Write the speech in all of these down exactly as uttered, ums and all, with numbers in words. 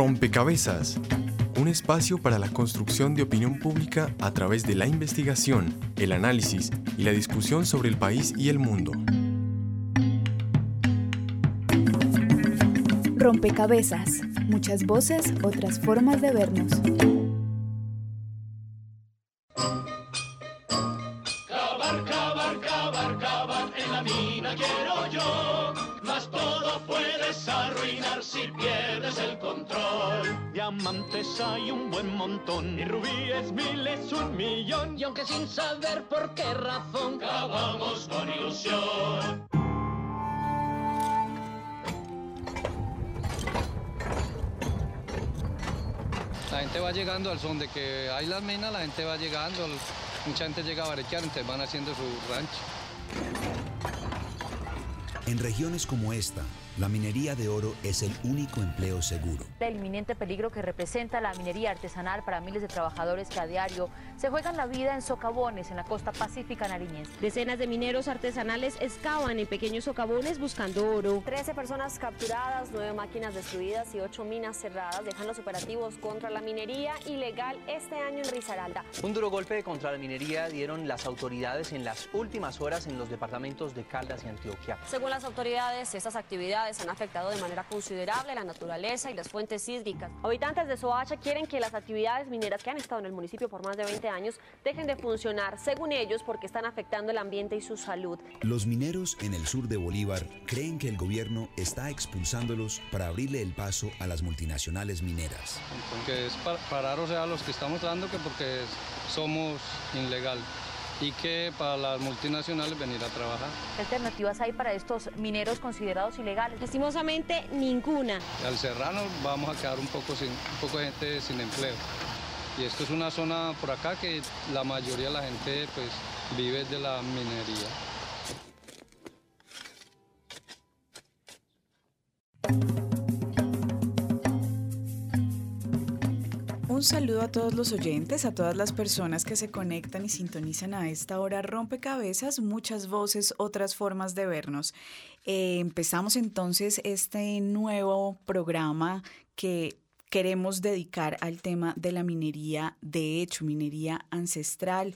Rompecabezas, un espacio para la construcción de opinión pública a través de la investigación, el análisis y la discusión sobre el país y el mundo. Rompecabezas, muchas voces, otras formas de vernos. Cavar, cavar, cavar, cavar, en la mina quiero yo, mas todo puedes arruinar si pierdes el control. Diamantes hay un buen montón, y rubíes miles un millón, y aunque sin saber por qué razón, cavamos con ilusión. La gente va llegando al son de que hay las minas, la gente va llegando, mucha gente llega a barechear, entonces van haciendo su rancho. En regiones como esta, la minería de oro es el único empleo seguro. El inminente peligro que representa la minería artesanal para miles de trabajadores que a diario se juegan la vida en socavones en la costa pacífica nariñense. Decenas de mineros artesanales excavan en pequeños socavones buscando oro. trece personas capturadas, nueve máquinas destruidas y ocho minas cerradas dejan los operativos contra la minería ilegal este año en Risaralda. Un duro golpe contra la minería dieron las autoridades en las últimas horas en los departamentos de Caldas y Antioquia. Según las autoridades, estas actividades han afectado de manera considerable la naturaleza y las fuentes hídricas. Habitantes de Soacha quieren que las actividades mineras que han estado en el municipio por más de veinte años dejen de funcionar, según ellos, porque están afectando el ambiente y su salud. Los mineros en el sur de Bolívar creen que el gobierno está expulsándolos para abrirle el paso a las multinacionales mineras. Porque es para parar, o sea, los que estamos dando que porque somos ilegal. Y que para las multinacionales venir a trabajar. ¿Qué alternativas hay para estos mineros considerados ilegales? Lastimosamente, ninguna. Al serrano vamos a quedar un poco, sin, un poco de gente sin empleo. Y esto es una zona por acá que la mayoría de la gente pues, vive de la minería. Un saludo a todos los oyentes, a todas las personas que se conectan y sintonizan a esta hora. Rompecabezas, muchas voces, otras formas de vernos. Eh, empezamos entonces este nuevo programa que queremos dedicar al tema de la minería, de hecho, minería ancestral,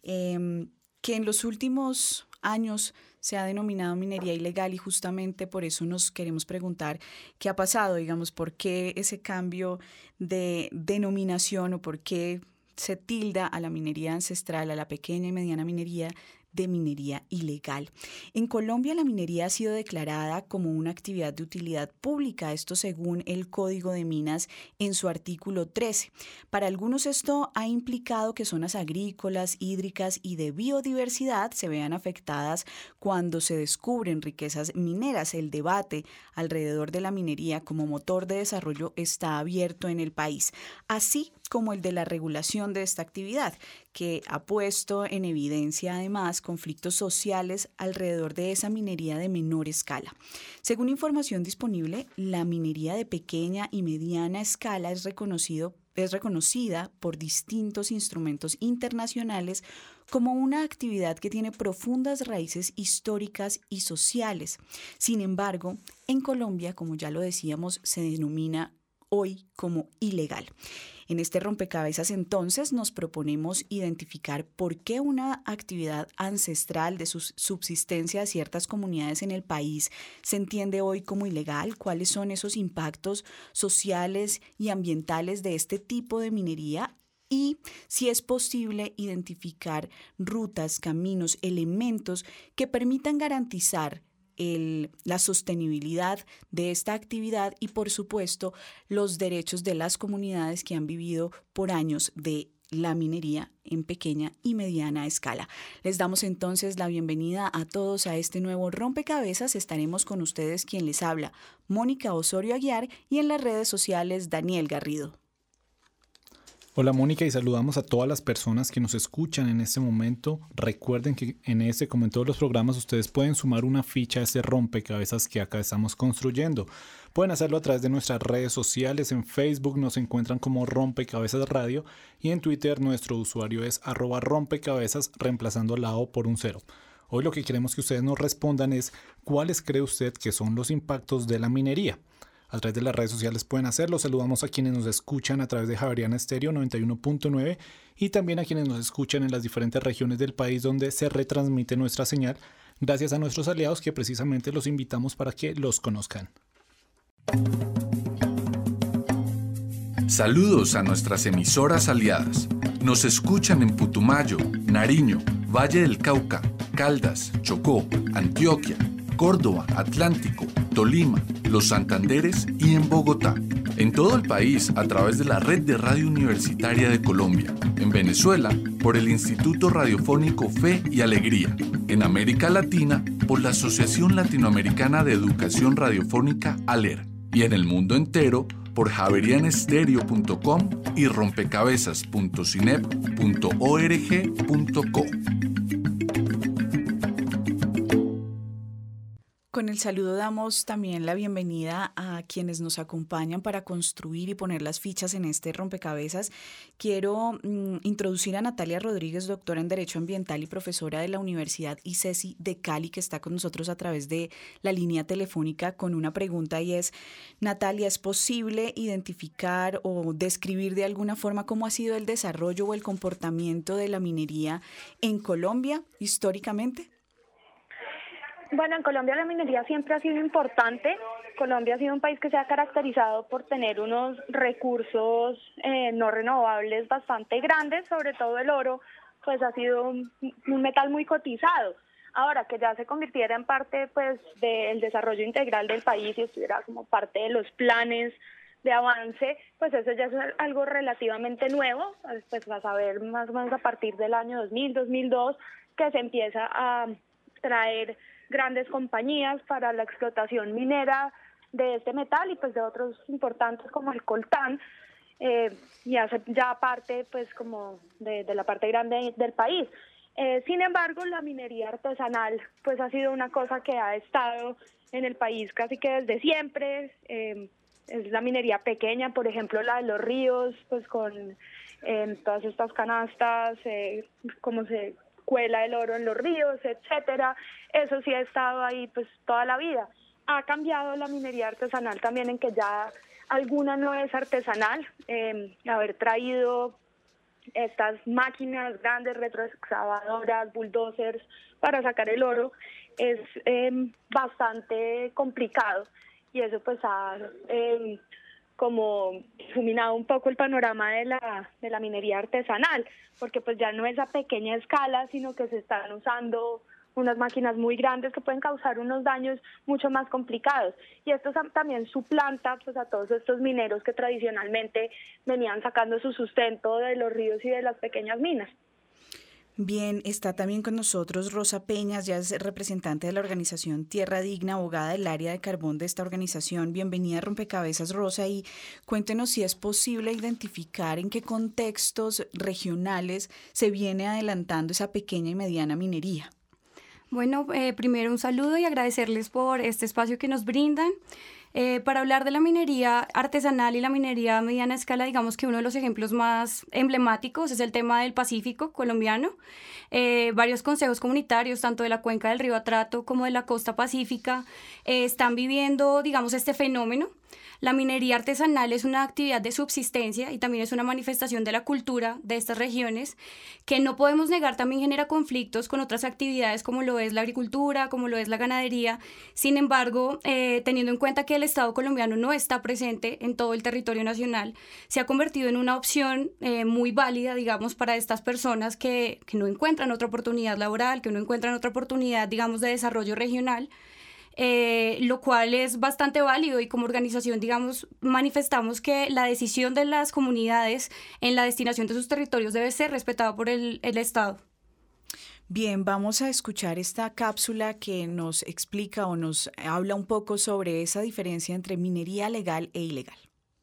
eh, que en los últimos años se ha denominado minería ilegal y justamente por eso nos queremos preguntar qué ha pasado, digamos, por qué ese cambio de denominación o por qué se tilda a la minería ancestral, a la pequeña y mediana minería, de minería ilegal. En Colombia la minería ha sido declarada como una actividad de utilidad pública, esto según el Código de Minas en su artículo trece. Para algunos esto ha implicado que zonas agrícolas, hídricas y de biodiversidad se vean afectadas cuando se descubren riquezas mineras. El debate alrededor de la minería como motor de desarrollo está abierto en el país, así como el de la regulación de esta actividad, que ha puesto en evidencia además conflictos sociales alrededor de esa minería de menor escala. Según información disponible, la minería de pequeña y mediana escala es reconocido es reconocida por distintos instrumentos internacionales como una actividad que tiene profundas raíces históricas y sociales. Sin embargo, en Colombia, como ya lo decíamos, se denomina hoy como ilegal. En este rompecabezas entonces nos proponemos identificar por qué una actividad ancestral de subsistencia de ciertas comunidades en el país se entiende hoy como ilegal, cuáles son esos impactos sociales y ambientales de este tipo de minería y si es posible identificar rutas, caminos, elementos que permitan garantizar El, la sostenibilidad de esta actividad y, por supuesto, los derechos de las comunidades que han vivido por años de la minería en pequeña y mediana escala. Les damos entonces la bienvenida a todos a este nuevo rompecabezas. Estaremos con ustedes quien les habla, Mónica Osorio Aguiar, y en las redes sociales, Daniel Garrido. Hola Mónica, y saludamos a todas las personas que nos escuchan en este momento. Recuerden que en este, como en todos los programas, ustedes pueden sumar una ficha a ese rompecabezas que acá estamos construyendo. Pueden hacerlo a través de nuestras redes sociales. En Facebook nos encuentran como Rompecabezas Radio y en Twitter nuestro usuario es arroba rompecabezas, reemplazando la O por un cero. Hoy lo que queremos que ustedes nos respondan es ¿cuáles cree usted que son los impactos de la minería? a través de las redes sociales pueden hacerlo. Saludamos a quienes nos escuchan a través de Javeriana Estéreo noventa y uno punto nueve y también a quienes nos escuchan en las diferentes regiones del país donde se retransmite nuestra señal, gracias a nuestros aliados que precisamente los invitamos para que los conozcan. Saludos a nuestras emisoras aliadas. Nos escuchan en Putumayo, Nariño, Valle del Cauca, Caldas, Chocó, Antioquia, Córdoba, Atlántico, Tolima, Los Santanderes y en Bogotá. En todo el país a través de la Red de Radio Universitaria de Colombia. En Venezuela por el Instituto Radiofónico Fe y Alegría. En América Latina por la Asociación Latinoamericana de Educación Radiofónica ALER. Y en el mundo entero por javeriana estéreo punto com y rompecabezas punto cinep punto org punto co. Con el saludo damos también la bienvenida a quienes nos acompañan para construir y poner las fichas en este rompecabezas. Quiero mm, introducir a Natalia Rodríguez, doctora en Derecho Ambiental y profesora de la Universidad I C E S I de Cali, que está con nosotros a través de la línea telefónica con una pregunta y es, Natalia, ¿es posible identificar o describir de alguna forma cómo ha sido el desarrollo o el comportamiento de la minería en Colombia históricamente? Bueno, en Colombia la minería siempre ha sido importante. Colombia ha sido un país que se ha caracterizado por tener unos recursos eh, no renovables bastante grandes, sobre todo el oro, pues ha sido un, un metal muy cotizado. Ahora, que ya se convirtiera en parte pues del desarrollo integral del país y estuviera como parte de los planes de avance, pues eso ya es algo relativamente nuevo, pues vas a ver más o menos a partir del año dos mil, dos mil dos, que se empieza a traer grandes compañías para la explotación minera de este metal y pues de otros importantes como el coltán, eh, y hace ya parte pues como de, de la parte grande del país. Eh, sin embargo, la minería artesanal pues ha sido una cosa que ha estado en el país casi que desde siempre. Eh, es la minería pequeña, por ejemplo la de los ríos, pues con eh, todas estas canastas, eh, como se cuela el oro en los ríos, etcétera. Eso sí ha estado ahí pues toda la vida. Ha cambiado la minería artesanal también en que ya alguna no es artesanal. Eh, haber traído estas máquinas grandes, retroexcavadoras, bulldozers para sacar el oro es eh, bastante complicado y eso pues ha eh, como iluminado un poco el panorama de la de la minería artesanal, porque pues ya no es a pequeña escala, sino que se están usando unas máquinas muy grandes que pueden causar unos daños mucho más complicados. Y esto también suplanta pues a todos estos mineros que tradicionalmente venían sacando su sustento de los ríos y de las pequeñas minas. Bien, está también con nosotros Rosa Peñas, ya es representante de la organización Tierra Digna, abogada del área de carbón de esta organización. Bienvenida a Rompecabezas, Rosa, y cuéntenos si es posible identificar en qué contextos regionales se viene adelantando esa pequeña y mediana minería. Bueno, eh, primero un saludo y agradecerles por este espacio que nos brindan. Eh, para hablar de la minería artesanal y la minería a mediana escala, digamos que uno de los ejemplos más emblemáticos es el tema del Pacífico colombiano. Eh, varios consejos comunitarios, tanto de la cuenca del río Atrato como de la costa pacífica, eh, están viviendo, digamos, este fenómeno. La minería artesanal es una actividad de subsistencia y también es una manifestación de la cultura de estas regiones que no podemos negar también genera conflictos con otras actividades como lo es la agricultura, como lo es la ganadería. Sin embargo, eh, teniendo en cuenta que el Estado colombiano no está presente en todo el territorio nacional, se ha convertido en una opción eh, muy válida, digamos, para estas personas que, que no encuentran otra oportunidad laboral, que no encuentran otra oportunidad, digamos, de desarrollo regional. Eh, lo cual es bastante válido y como organización, digamos, manifestamos que la decisión de las comunidades en la destinación de sus territorios debe ser respetada por el, el Estado. Bien, vamos a escuchar esta cápsula que nos explica o nos habla un poco sobre esa diferencia entre minería legal e ilegal.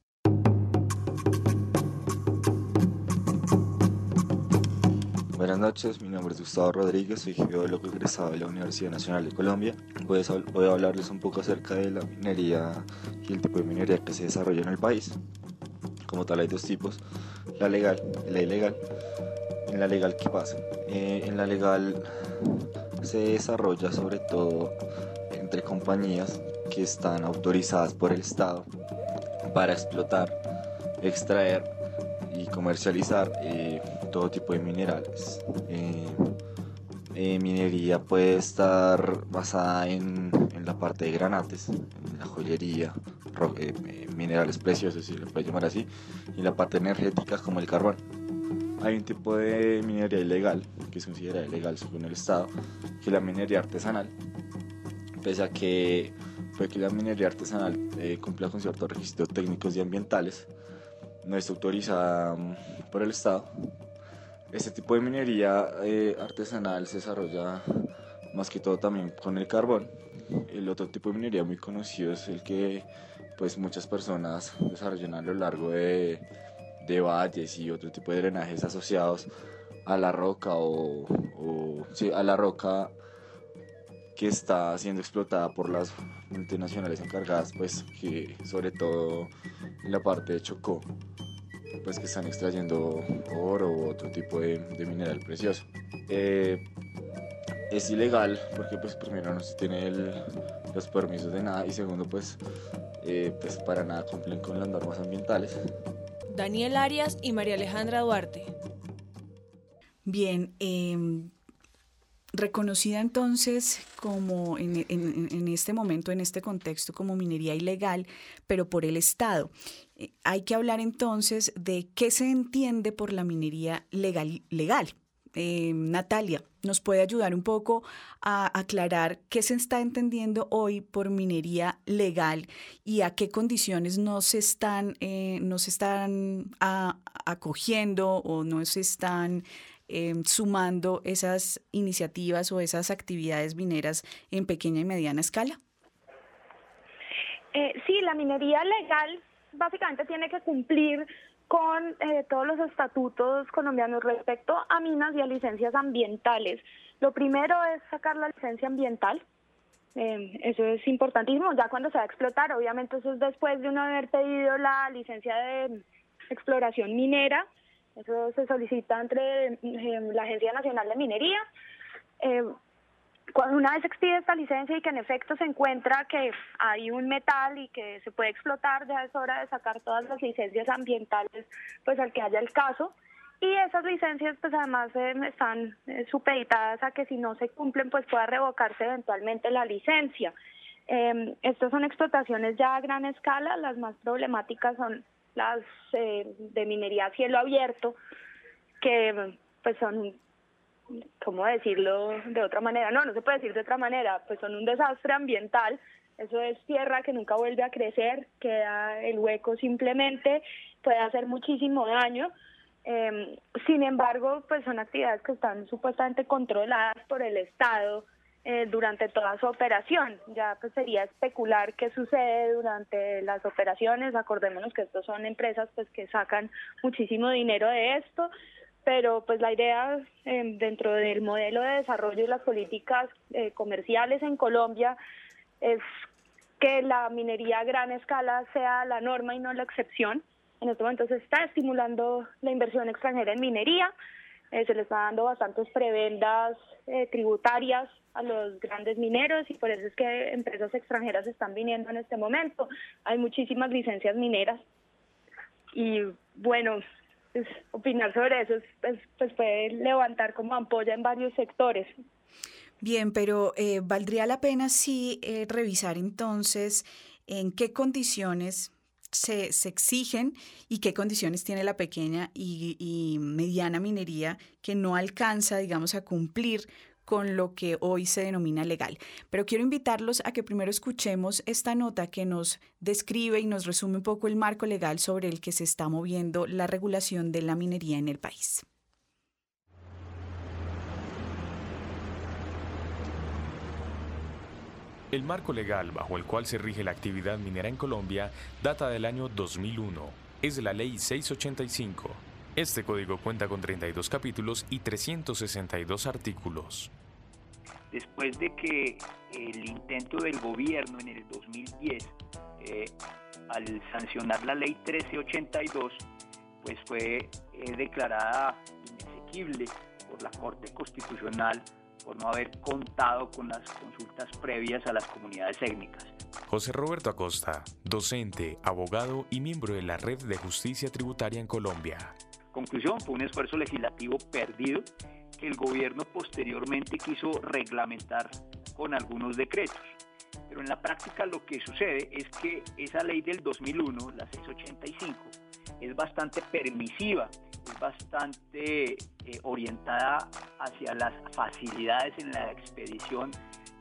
Buenas noches, mi nombre es Gustavo Rodríguez, soy geólogo egresado de la Universidad Nacional de Colombia. Voy a, voy a hablarles un poco acerca de la minería y el tipo de minería que se desarrolla en el país. Como tal hay dos tipos, la legal y la ilegal. En la legal, ¿qué pasa? Eh, en la legal se desarrolla sobre todo entre compañías que están autorizadas por el Estado para explotar, extraer y comercializar eh, todo tipo de minerales. Eh, eh, minería puede estar basada en, en la parte de granates, en la joyería, ro- eh, eh, minerales preciosos, si lo puede llamar así, y la parte energética como el carbón. Hay un tipo de minería ilegal, que es considerada ilegal según el Estado, que es la minería artesanal, pese a que, pues, que la minería artesanal eh, cumpla con ciertos requisitos técnicos y ambientales, no está autorizada um, por el Estado. Este tipo de minería eh, artesanal se desarrolla más que todo también con el carbón. El otro tipo de minería muy conocido es el que pues, muchas personas desarrollan a lo largo de, de valles y otro tipo de drenajes asociados a la roca o, o sí, a la roca que está siendo explotada por las multinacionales encargadas, pues que sobre todo en la parte de Chocó, pues que están extrayendo oro u otro tipo de, de mineral precioso. Eh, es ilegal porque pues primero no se tiene el, los permisos de nada y segundo pues, eh, pues para nada cumplen con las normas ambientales. Daniel Arias y María Alejandra Duarte. Bien, eh, reconocida entonces como en, en, en este momento, en este contexto, como minería ilegal, pero por el Estado. Eh, hay que hablar entonces de qué se entiende por la minería legal. legal. Eh, Natalia, ¿nos puede ayudar un poco a aclarar qué se está entendiendo hoy por minería legal y a qué condiciones no se están, eh, no se están a, acogiendo o no se están eh, sumando esas iniciativas o esas actividades mineras en pequeña y mediana escala? Eh, sí, la minería legal básicamente tiene que cumplir con eh, todos los estatutos colombianos respecto a minas y a licencias ambientales. Lo primero es sacar la licencia ambiental, eh, eso es importantísimo, ya cuando se va a explotar, obviamente eso es después de uno haber pedido la licencia de exploración minera, eso se solicita entre eh, la Agencia Nacional de Minería. Eh, Cuando una vez expide esta licencia y que en efecto se encuentra que hay un metal y que se puede explotar, ya es hora de sacar todas las licencias ambientales pues al que haya el caso. Y esas licencias pues además eh, están eh, supeditadas a que si no se cumplen pues pueda revocarse eventualmente la licencia. Eh, estas son explotaciones ya a gran escala, las más problemáticas son las eh, de minería a cielo abierto, que pues son... ¿cómo decirlo de otra manera? No, no se puede decir de otra manera, pues son un desastre ambiental, eso es tierra que nunca vuelve a crecer, queda el hueco simplemente, puede hacer muchísimo daño, eh, sin embargo, pues son actividades que están supuestamente controladas por el Estado eh, durante toda su operación, ya pues sería especular qué sucede durante las operaciones, acordémonos que estos son empresas pues que sacan muchísimo dinero de esto, pero pues la idea eh, dentro del modelo de desarrollo y las políticas eh, comerciales en Colombia es que la minería a gran escala sea la norma y no la excepción. En este momento se está estimulando la inversión extranjera en minería, eh, se le está dando bastantes prebendas eh, tributarias a los grandes mineros y por eso es que empresas extranjeras están viniendo en este momento. Hay muchísimas licencias mineras y bueno... Pues, opinar sobre eso pues, pues puede levantar como ampolla en varios sectores. Bien, pero eh, valdría la pena sí eh, revisar entonces en qué condiciones se, se exigen y qué condiciones tiene la pequeña y, y mediana minería que no alcanza, digamos, a cumplir con lo que hoy se denomina legal. Pero quiero invitarlos a que primero escuchemos esta nota que nos describe y nos resume un poco el marco legal sobre el que se está moviendo la regulación de la minería en el país. El marco legal bajo el cual se rige la actividad minera en Colombia data del año dos mil uno. Es la Ley seiscientos ochenta y cinco. Este código cuenta con treinta y dos capítulos y trescientos sesenta y dos artículos. Después de que el intento del gobierno en el dos mil diez, eh, al sancionar la ley trece ochenta y dos, pues fue eh, declarada inexequible por la Corte Constitucional por no haber contado con las consultas previas a las comunidades étnicas. José Roberto Acosta, docente, abogado y miembro de la Red de Justicia Tributaria en Colombia. Conclusión, fue un esfuerzo legislativo perdido que el gobierno posteriormente quiso reglamentar con algunos decretos. Pero en la práctica lo que sucede es que esa ley del dos mil uno, la seiscientos ochenta y cinco, es bastante permisiva, es bastante eh, orientada hacia las facilidades en la expedición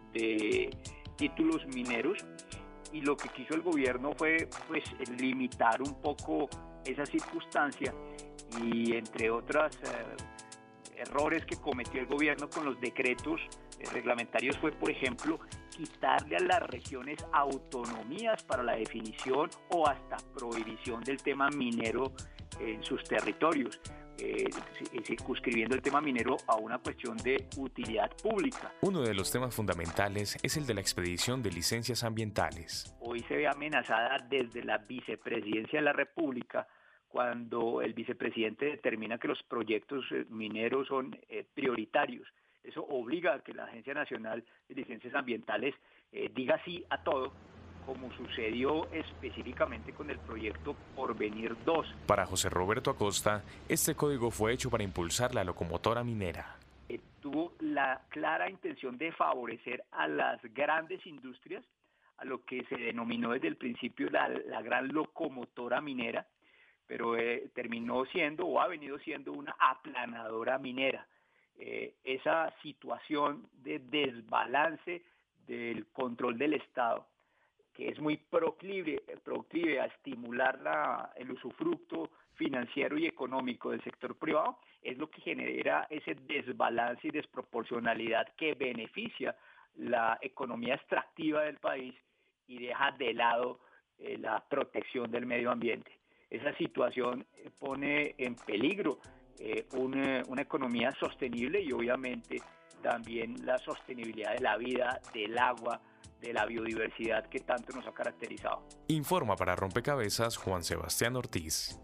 de títulos mineros, y lo que quiso el gobierno fue pues limitar un poco esa circunstancia, y entre otras eh, errores que cometió el gobierno con los decretos eh, reglamentarios fue, por ejemplo, quitarle a las regiones autonomías para la definición o hasta prohibición del tema minero en sus territorios, eh, circunscribiendo el tema minero a una cuestión de utilidad pública. Uno de los temas fundamentales es el de la expedición de licencias ambientales. Hoy se ve amenazada desde la vicepresidencia de la República, cuando el vicepresidente determina que los proyectos mineros son eh, prioritarios. Eso obliga a que la Agencia Nacional de Licencias Ambientales eh, diga sí a todo, como sucedió específicamente con el proyecto Porvenir dos. Para José Roberto Acosta, este código fue hecho para impulsar la locomotora minera. Eh, tuvo la clara intención de favorecer a las grandes industrias, a lo que se denominó desde el principio la, la gran locomotora minera, pero eh, terminó siendo o ha venido siendo una aplanadora minera. Eh, esa situación de desbalance del control del Estado, que es muy proclive, proclive a estimular la, el usufructo financiero y económico del sector privado, es lo que genera ese desbalance y desproporcionalidad que beneficia la economía extractiva del país y deja de lado eh, la protección del medio ambiente. Esa situación pone en peligro eh, una, una economía sostenible y obviamente también la sostenibilidad de la vida, del agua, de la biodiversidad que tanto nos ha caracterizado. Informa para Rompecabezas Juan Sebastián Ortiz.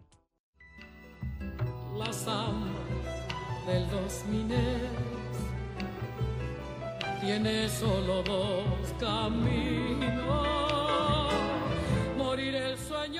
La samba del dos mineros tiene solo dos caminos, morir el sueño.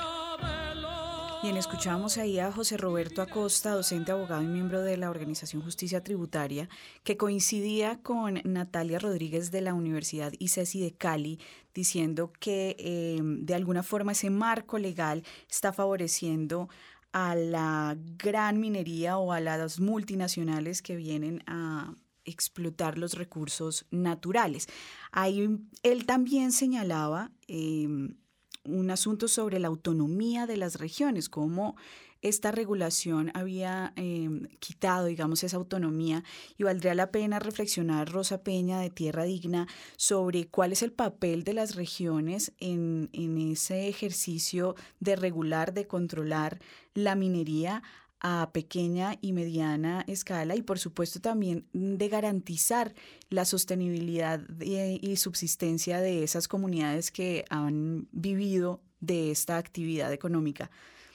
Bien, escuchamos ahí a José Roberto Acosta, docente, abogado y miembro de la Organización Justicia Tributaria, que coincidía con Natalia Rodríguez de la Universidad I C E S I de Cali, diciendo que eh, de alguna forma ese marco legal está favoreciendo a la gran minería o a las multinacionales que vienen a explotar los recursos naturales. Ahí él también señalaba Eh, un asunto sobre la autonomía de las regiones, cómo esta regulación había eh, quitado, digamos, esa autonomía, y valdría la pena reflexionar, Rosa Peña, de Tierra Digna, sobre cuál es el papel de las regiones en, en ese ejercicio de regular, de controlar la minería a pequeña y mediana escala, y por supuesto también de garantizar la sostenibilidad de, y subsistencia de esas comunidades que han vivido de esta actividad económica.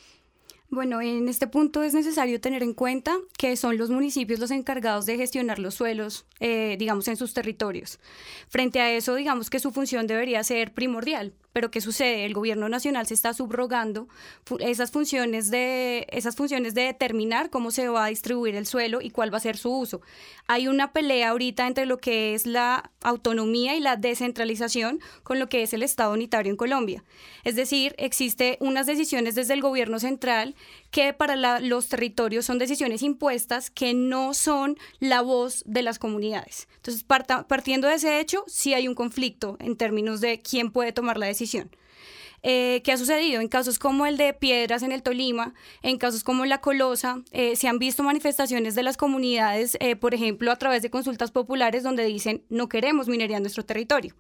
Bueno, en este punto es necesario tener en cuenta que son los municipios los encargados de gestionar los suelos, eh, digamos, en sus territorios. Frente a eso, digamos que su función debería ser primordial. Pero ¿qué sucede? El gobierno nacional se está subrogando esas funciones de esas funciones de determinar cómo se va a distribuir el suelo y cuál va a ser su uso. Hay una pelea ahorita entre lo que es la autonomía y la descentralización con lo que es el Estado unitario en Colombia. Es decir, existe unas decisiones desde el gobierno central que para la, los territorios son decisiones impuestas que no son la voz de las comunidades. Entonces, parta, partiendo de ese hecho, sí hay un conflicto en términos de quién puede tomar la decisión. Eh, ¿Qué ha sucedido? En casos como el de Piedras en el Tolima, en casos como La Colosa, eh, se han visto manifestaciones de las comunidades, eh, por ejemplo, a través de consultas populares donde dicen no queremos minería en nuestro territorio.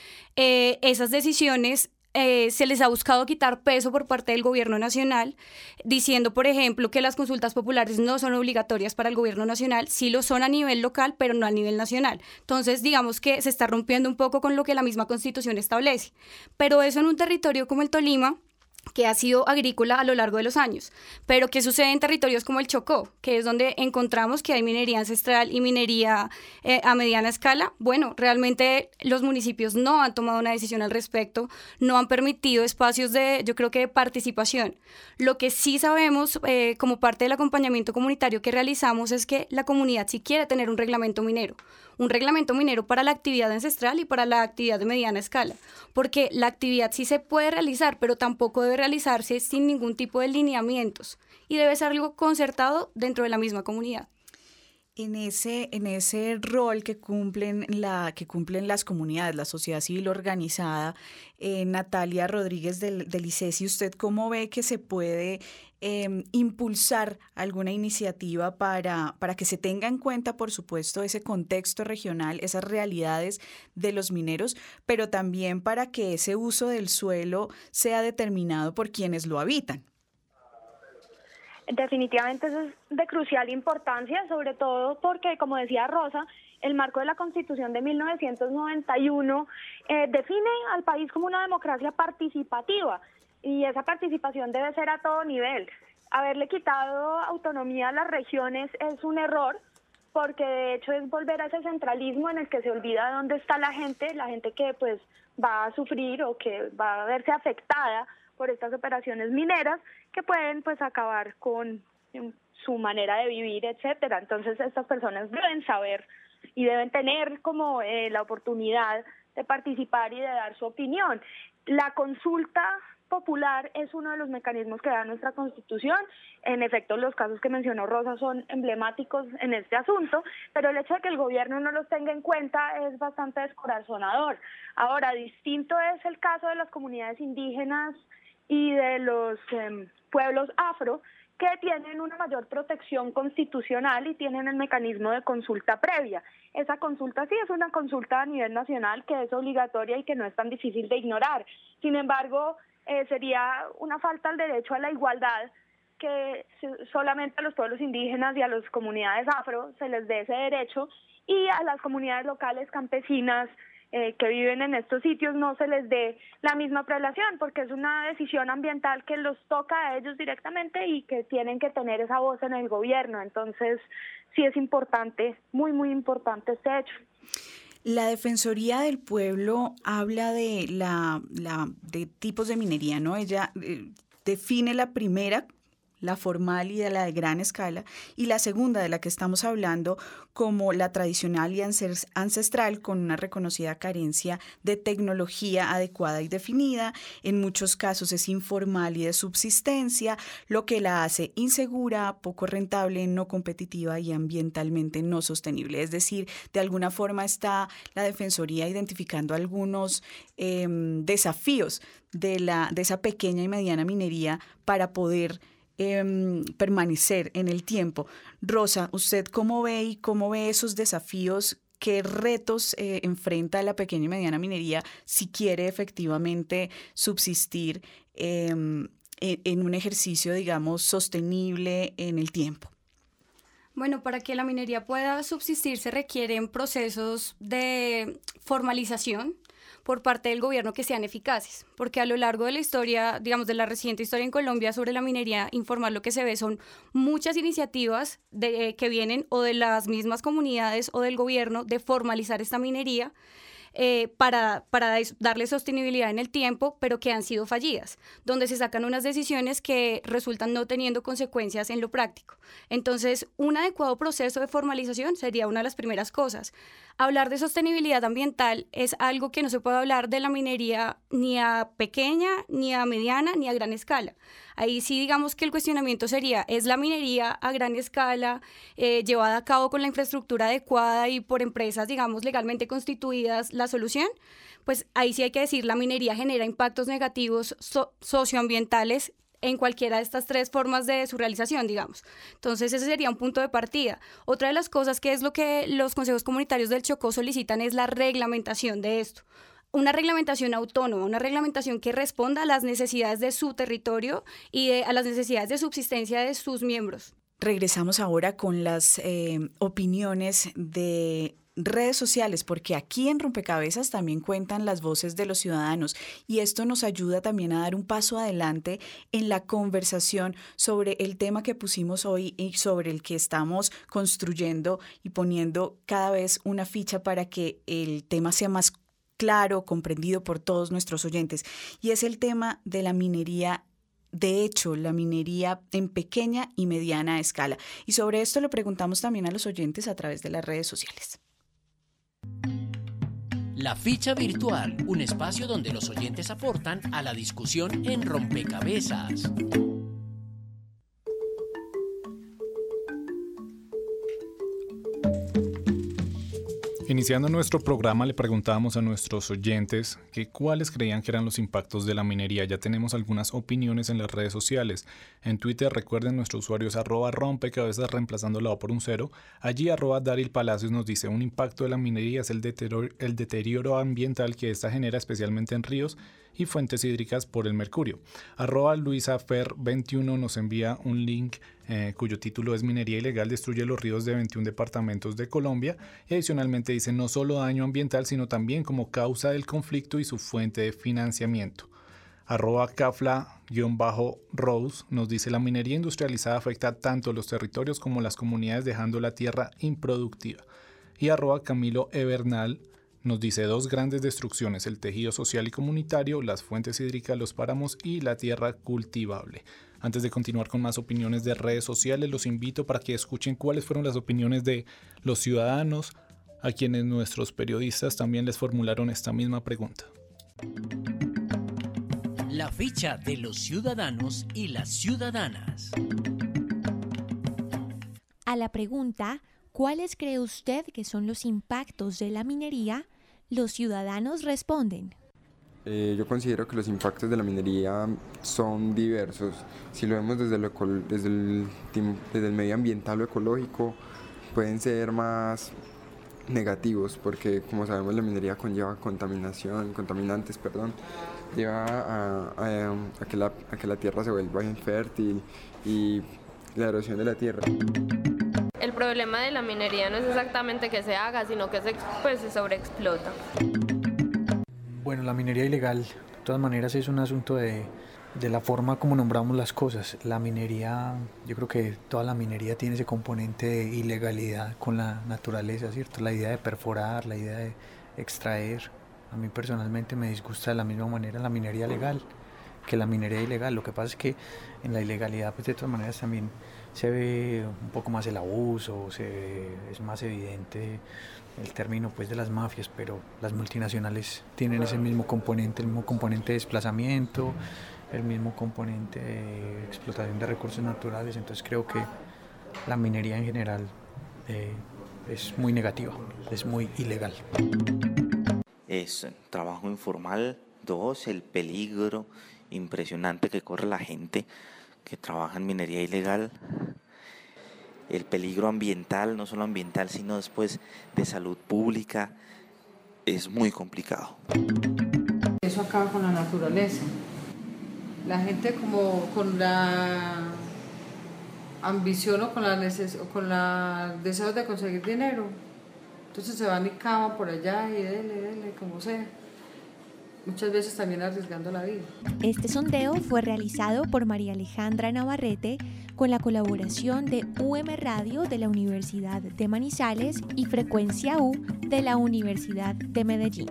Eh, esas decisiones Eh, se les ha buscado quitar peso por parte del gobierno nacional, diciendo, por ejemplo, que las consultas populares no son obligatorias para el gobierno nacional, sí lo son a nivel local, pero no a nivel nacional. Entonces, digamos que se está rompiendo un poco con lo que la misma Constitución establece. Pero eso en un territorio como el Tolima que ha sido agrícola a lo largo de los años. Pero ¿qué sucede en territorios como el Chocó? Que es donde encontramos que hay minería ancestral y minería eh, a mediana escala. Bueno, realmente los municipios no han tomado una decisión al respecto, no han permitido espacios de, yo creo que de participación. Lo que sí sabemos eh, como parte del acompañamiento comunitario que realizamos es que la comunidad sí quiere tener un reglamento minero. Un reglamento minero para la actividad ancestral y para la actividad de mediana escala, porque la actividad sí se puede realizar, pero tampoco debe realizarse sin ningún tipo de lineamientos y debe ser algo concertado dentro de la misma comunidad. En ese, en ese rol que cumplen, la, que cumplen las comunidades, la sociedad civil organizada, eh, Natalia Rodríguez del, del ICESI, ¿usted cómo ve que se puede eh, impulsar alguna iniciativa para, para que se tenga en cuenta, por supuesto, ese contexto regional, esas realidades de los mineros, pero también para que ese uso del suelo sea determinado por quienes lo habitan? Definitivamente eso es de crucial importancia, sobre todo porque, como decía Rosa, el marco de la Constitución de mil novecientos noventa y uno eh, define al país como una democracia participativa y esa participación debe ser a todo nivel. Haberle quitado autonomía a las regiones es un error porque de hecho es volver a ese centralismo en el que se olvida dónde está la gente, la gente que pues va a sufrir o que va a verse afectada por estas operaciones mineras que pueden pues acabar con su manera de vivir, etcétera. Entonces estas personas deben saber y deben tener como eh, la oportunidad de participar y de dar su opinión. La consulta popular es uno de los mecanismos que da nuestra Constitución. En efecto, los casos que mencionó Rosa son emblemáticos en este asunto, pero el hecho de que el gobierno no los tenga en cuenta es bastante descorazonador. Ahora, distinto es el caso de las comunidades indígenas y de los eh, pueblos afro, que tienen una mayor protección constitucional y tienen el mecanismo de consulta previa. Esa consulta sí es una consulta a nivel nacional que es obligatoria y que no es tan difícil de ignorar. Sin embargo, eh, sería una falta al derecho a la igualdad que solamente a los pueblos indígenas y a las comunidades afro se les dé ese derecho y a las comunidades locales campesinas Eh, que viven en estos sitios no se les dé la misma prelación, porque es una decisión ambiental que los toca a ellos directamente y que tienen que tener esa voz en el gobierno. Entonces, sí es importante, muy, muy importante este hecho. La Defensoría del Pueblo habla de, la, la, de tipos de minería, ¿no? Ella eh, define la primera, la formal y de la de gran escala, y la segunda, de la que estamos hablando, como la tradicional y ancestral, con una reconocida carencia de tecnología adecuada y definida. En muchos casos es informal y de subsistencia, lo que la hace insegura, poco rentable, no competitiva y ambientalmente no sostenible. Es decir, de alguna forma está la Defensoría identificando algunos eh, desafíos de, la, de esa pequeña y mediana minería para poder Eh, permanecer en el tiempo. Rosa, ¿usted cómo ve y cómo ve esos desafíos? ¿Qué retos eh, enfrenta la pequeña y mediana minería si quiere efectivamente subsistir eh, en, en un ejercicio, digamos, sostenible en el tiempo? Bueno, para que la minería pueda subsistir se requieren procesos de formalización por parte del gobierno que sean eficaces, porque a lo largo de la historia, digamos de la reciente historia en Colombia sobre la minería informal, lo que se ve son muchas iniciativas de, que vienen o de las mismas comunidades o del gobierno de formalizar esta minería eh, para, para darle sostenibilidad en el tiempo, pero que han sido fallidas, donde se sacan unas decisiones que resultan no teniendo consecuencias en lo práctico. Entonces, un adecuado proceso de formalización sería una de las primeras cosas. Hablar de sostenibilidad ambiental es algo que no se puede hablar de la minería ni a pequeña, ni a mediana, ni a gran escala. Ahí sí digamos que el cuestionamiento sería, ¿es la minería a gran escala eh, llevada a cabo con la infraestructura adecuada y por empresas, digamos, legalmente constituidas la solución? Pues ahí sí hay que decir, la minería genera impactos negativos so- socioambientales en cualquiera de estas tres formas de su realización, digamos. Entonces, ese sería un punto de partida. Otra de las cosas que es lo que los consejos comunitarios del Chocó solicitan es la reglamentación de esto. Una reglamentación autónoma, una reglamentación que responda a las necesidades de su territorio y de, a las necesidades de subsistencia de sus miembros. Regresamos ahora con las eh, opiniones de redes sociales, porque aquí en Rompecabezas también cuentan las voces de los ciudadanos y esto nos ayuda también a dar un paso adelante en la conversación sobre el tema que pusimos hoy y sobre el que estamos construyendo y poniendo cada vez una ficha para que el tema sea más claro, comprendido por todos nuestros oyentes. Y es el tema de la minería. De hecho, la minería en pequeña y mediana escala. Y sobre esto le preguntamos también a los oyentes a través de las redes sociales. La ficha virtual, un espacio donde los oyentes aportan a la discusión en Rompecabezas. Iniciando nuestro programa le preguntábamos a nuestros oyentes que cuáles creían que eran los impactos de la minería. Ya tenemos algunas opiniones en las redes sociales. En Twitter, recuerden, nuestro usuario es arroba rompecabezas reemplazando la O por un cero. Allí arroba Daril Palacios nos dice: un impacto de la minería es el deterioro, el deterioro ambiental que esta genera especialmente en ríos y fuentes hídricas por el mercurio. Arroba luisafer veintiuno nos envía un link eh, cuyo título es Minería ilegal destruye los ríos de veintiún departamentos de Colombia, y adicionalmente dice no solo daño ambiental sino también como causa del conflicto y su fuente de financiamiento. Arroba Cafla-Rose nos dice: la minería industrializada afecta tanto los territorios como las comunidades, dejando la tierra improductiva. Y arroba Camilo Evernal nos dice: dos grandes destrucciones, el tejido social y comunitario, las fuentes hídricas, los páramos y la tierra cultivable. Antes de continuar con más opiniones de redes sociales, los invito para que escuchen cuáles fueron las opiniones de los ciudadanos, a quienes nuestros periodistas también les formularon esta misma pregunta. La ficha de los ciudadanos y las ciudadanas. A la pregunta, ¿cuáles cree usted que son los impactos de la minería?, los ciudadanos responden. Eh, yo considero que los impactos de la minería son diversos. Si lo vemos desde, lo, desde, el, desde el medio ambiental o ecológico, pueden ser más negativos, porque como sabemos la minería conlleva contaminación, contaminantes, perdón, lleva a, a, a, que la, a que la tierra se vuelva infértil y la erosión de la tierra. El problema de la minería no es exactamente que se haga, sino que se, pues, se sobreexplota. Bueno, la minería ilegal, de todas maneras, es un asunto de, de la forma como nombramos las cosas. La minería, yo creo que toda la minería tiene ese componente de ilegalidad con la naturaleza, ¿cierto? La idea de perforar, la idea de extraer. A mí personalmente me disgusta de la misma manera la minería legal que la minería ilegal. Lo que pasa es que en la ilegalidad, pues de todas maneras también se ve un poco más el abuso, se ve, es más evidente el término pues de las mafias, pero las multinacionales tienen ese mismo componente, el mismo componente de desplazamiento, el mismo componente de explotación de recursos naturales. Entonces creo que la minería en general eh, es muy negativa, es muy ilegal. Es trabajo informal. Dos, el peligro impresionante que corre la gente que trabaja en minería ilegal. El peligro ambiental, no solo ambiental, sino después de salud pública, es muy complicado. Eso acaba con la naturaleza. La gente como con la ambición o con la neces- o con la deseo de conseguir dinero, entonces se van y cavan por allá y dele, dele, como sea. Muchas veces también arriesgando la vida. Este sondeo fue realizado por María Alejandra Navarrete con la colaboración de U M Radio de la Universidad de Manizales y Frecuencia U de la Universidad de Medellín.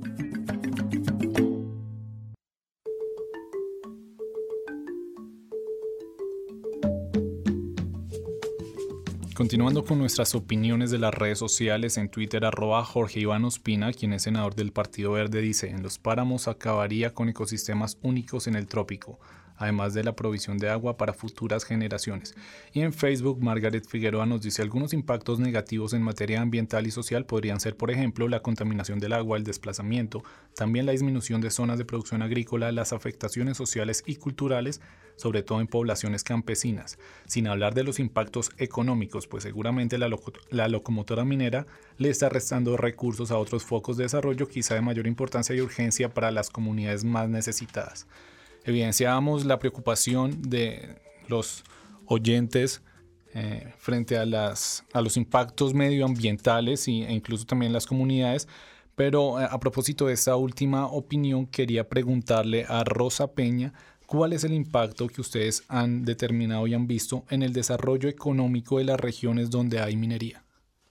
Continuando con nuestras opiniones de las redes sociales, en Twitter arroba Jorge Iván Ospina, quien es senador del Partido Verde, dice: en los páramos acabaría con ecosistemas únicos en el trópico, además de la provisión de agua para futuras generaciones. Y en Facebook, Margaret Figueroa nos dice: algunos impactos negativos en materia ambiental y social podrían ser, por ejemplo, la contaminación del agua, el desplazamiento, también la disminución de zonas de producción agrícola, las afectaciones sociales y culturales, sobre todo en poblaciones campesinas, sin hablar de los impactos económicos, pues seguramente la, loco- la locomotora minera le está restando recursos a otros focos de desarrollo, quizá de mayor importancia y urgencia para las comunidades más necesitadas. Evidenciábamos la preocupación de los oyentes eh, frente a, las, a los impactos medioambientales y, e incluso también las comunidades. Pero eh, a propósito de esta última opinión, quería preguntarle a Rosa Peña, ¿cuál es el impacto que ustedes han determinado y han visto en el desarrollo económico de las regiones donde hay minería?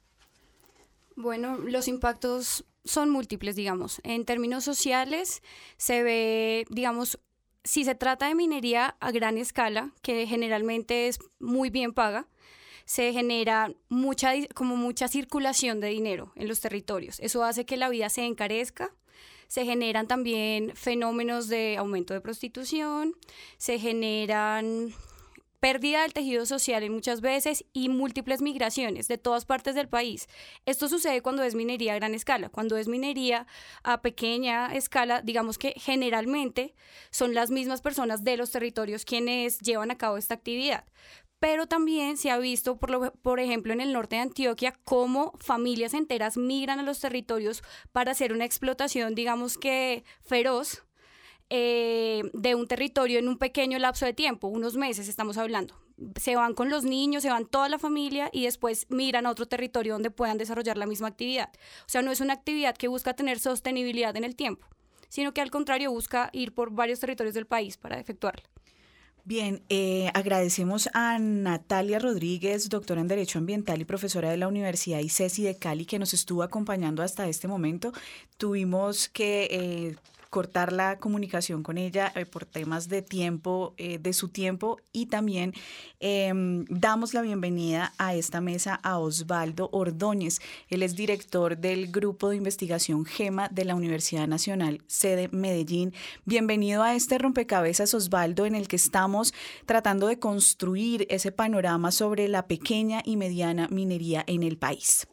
Bueno, los impactos son múltiples, digamos. En términos sociales, se ve, digamos, si se trata de minería a gran escala, que generalmente es muy bien paga, se genera mucha, como mucha circulación de dinero en los territorios. Eso hace que la vida se encarezca. Se generan también fenómenos de aumento de prostitución, se generan pérdida del tejido social en muchas veces y múltiples migraciones de todas partes del país. Esto sucede cuando es minería a gran escala. Cuando es minería a pequeña escala, digamos que generalmente son las mismas personas de los territorios quienes llevan a cabo esta actividad. Pero también se ha visto, por, lo, por ejemplo, en el norte de Antioquia, cómo familias enteras migran a los territorios para hacer una explotación, digamos que feroz, eh, de un territorio en un pequeño lapso de tiempo, unos meses estamos hablando. Se van con los niños, se van toda la familia y después migran a otro territorio donde puedan desarrollar la misma actividad. O sea, no es una actividad que busca tener sostenibilidad en el tiempo, sino que al contrario busca ir por varios territorios del país para efectuarla. Bien, eh, agradecemos a Natalia Rodríguez, doctora en Derecho Ambiental y profesora de la Universidad I C E S I de Cali, que nos estuvo acompañando hasta este momento. Tuvimos que eh, cortar la comunicación con ella eh, por temas de tiempo, eh, de su tiempo, y también eh, damos la bienvenida a esta mesa a Osvaldo Ordóñez. Él es director del Grupo de Investigación GEMA de la Universidad Nacional, sede Medellín. Bienvenido a este rompecabezas, Osvaldo, en el que estamos tratando de construir ese panorama sobre la pequeña y mediana minería en el país.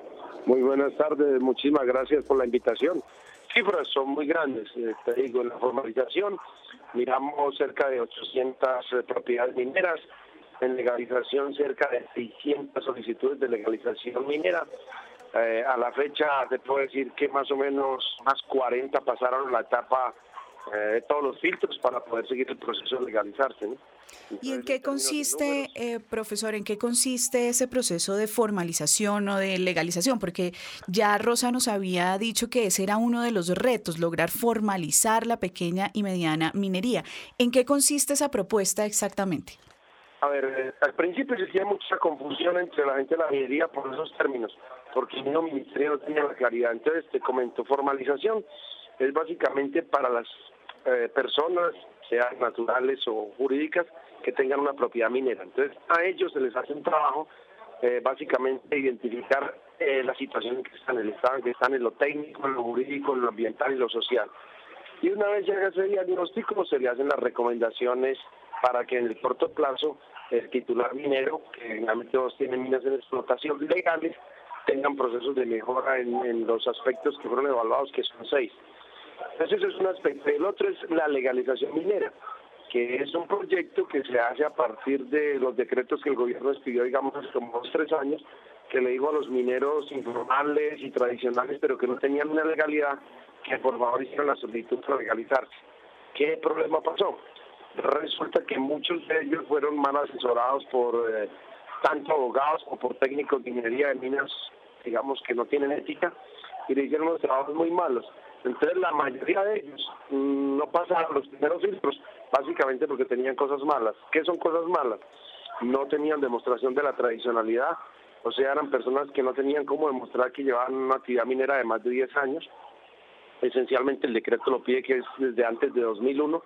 Muy buenas tardes, muchísimas gracias por la invitación. Cifras son muy grandes, eh, te digo, en la formalización miramos cerca de ochocientas eh, propiedades mineras, en legalización cerca de seiscientas solicitudes de legalización minera. Eh, a la fecha te puedo decir que más o menos unas cuarenta pasaron la etapa eh, de todos los filtros para poder seguir el proceso de legalizarse, ¿no? Entonces, ¿y en qué consiste, eh, profesor, en qué consiste ese proceso de formalización o de legalización? Porque ya Rosa nos había dicho que ese era uno de los retos, lograr formalizar la pequeña y mediana minería. ¿En qué consiste esa propuesta exactamente? A ver, eh, al principio existía mucha confusión entre la gente de la minería por esos términos, porque el mismo ministerio no tenía la claridad. Entonces te comento, formalización es básicamente para las eh, personas, sean naturales o jurídicas, que tengan una propiedad minera. Entonces a ellos se les hace un trabajo, eh, básicamente identificar eh, la situación en que están, el estado en que están en lo técnico, en lo jurídico, en lo ambiental y lo social. Y una vez llega ese diagnóstico, se le hacen las recomendaciones para que en el corto plazo el titular minero, que generalmente todos tienen minas en explotación legales, tengan procesos de mejora en, en los aspectos que fueron evaluados, que son seis. Entonces eso es un aspecto. El otro es la legalización minera, que es un proyecto que se hace a partir de los decretos que el gobierno expidió, digamos, hace como dos, tres años, que le dijo a los mineros informales y tradicionales, pero que no tenían una legalidad, que por favor hicieran la solicitud para legalizarse. ¿Qué problema pasó? Resulta que muchos de ellos fueron mal asesorados por eh, tanto abogados como por técnicos de minería de minas, digamos, que no tienen ética, y le hicieron unos trabajos muy malos. Entonces la mayoría de ellos mmm, no pasaron los primeros filtros, básicamente porque tenían cosas malas. ¿Qué son cosas malas? No tenían demostración de la tradicionalidad, o sea, eran personas que no tenían cómo demostrar que llevaban una actividad minera de más de diez años. Esencialmente el decreto lo pide, que es desde antes de dos mil uno.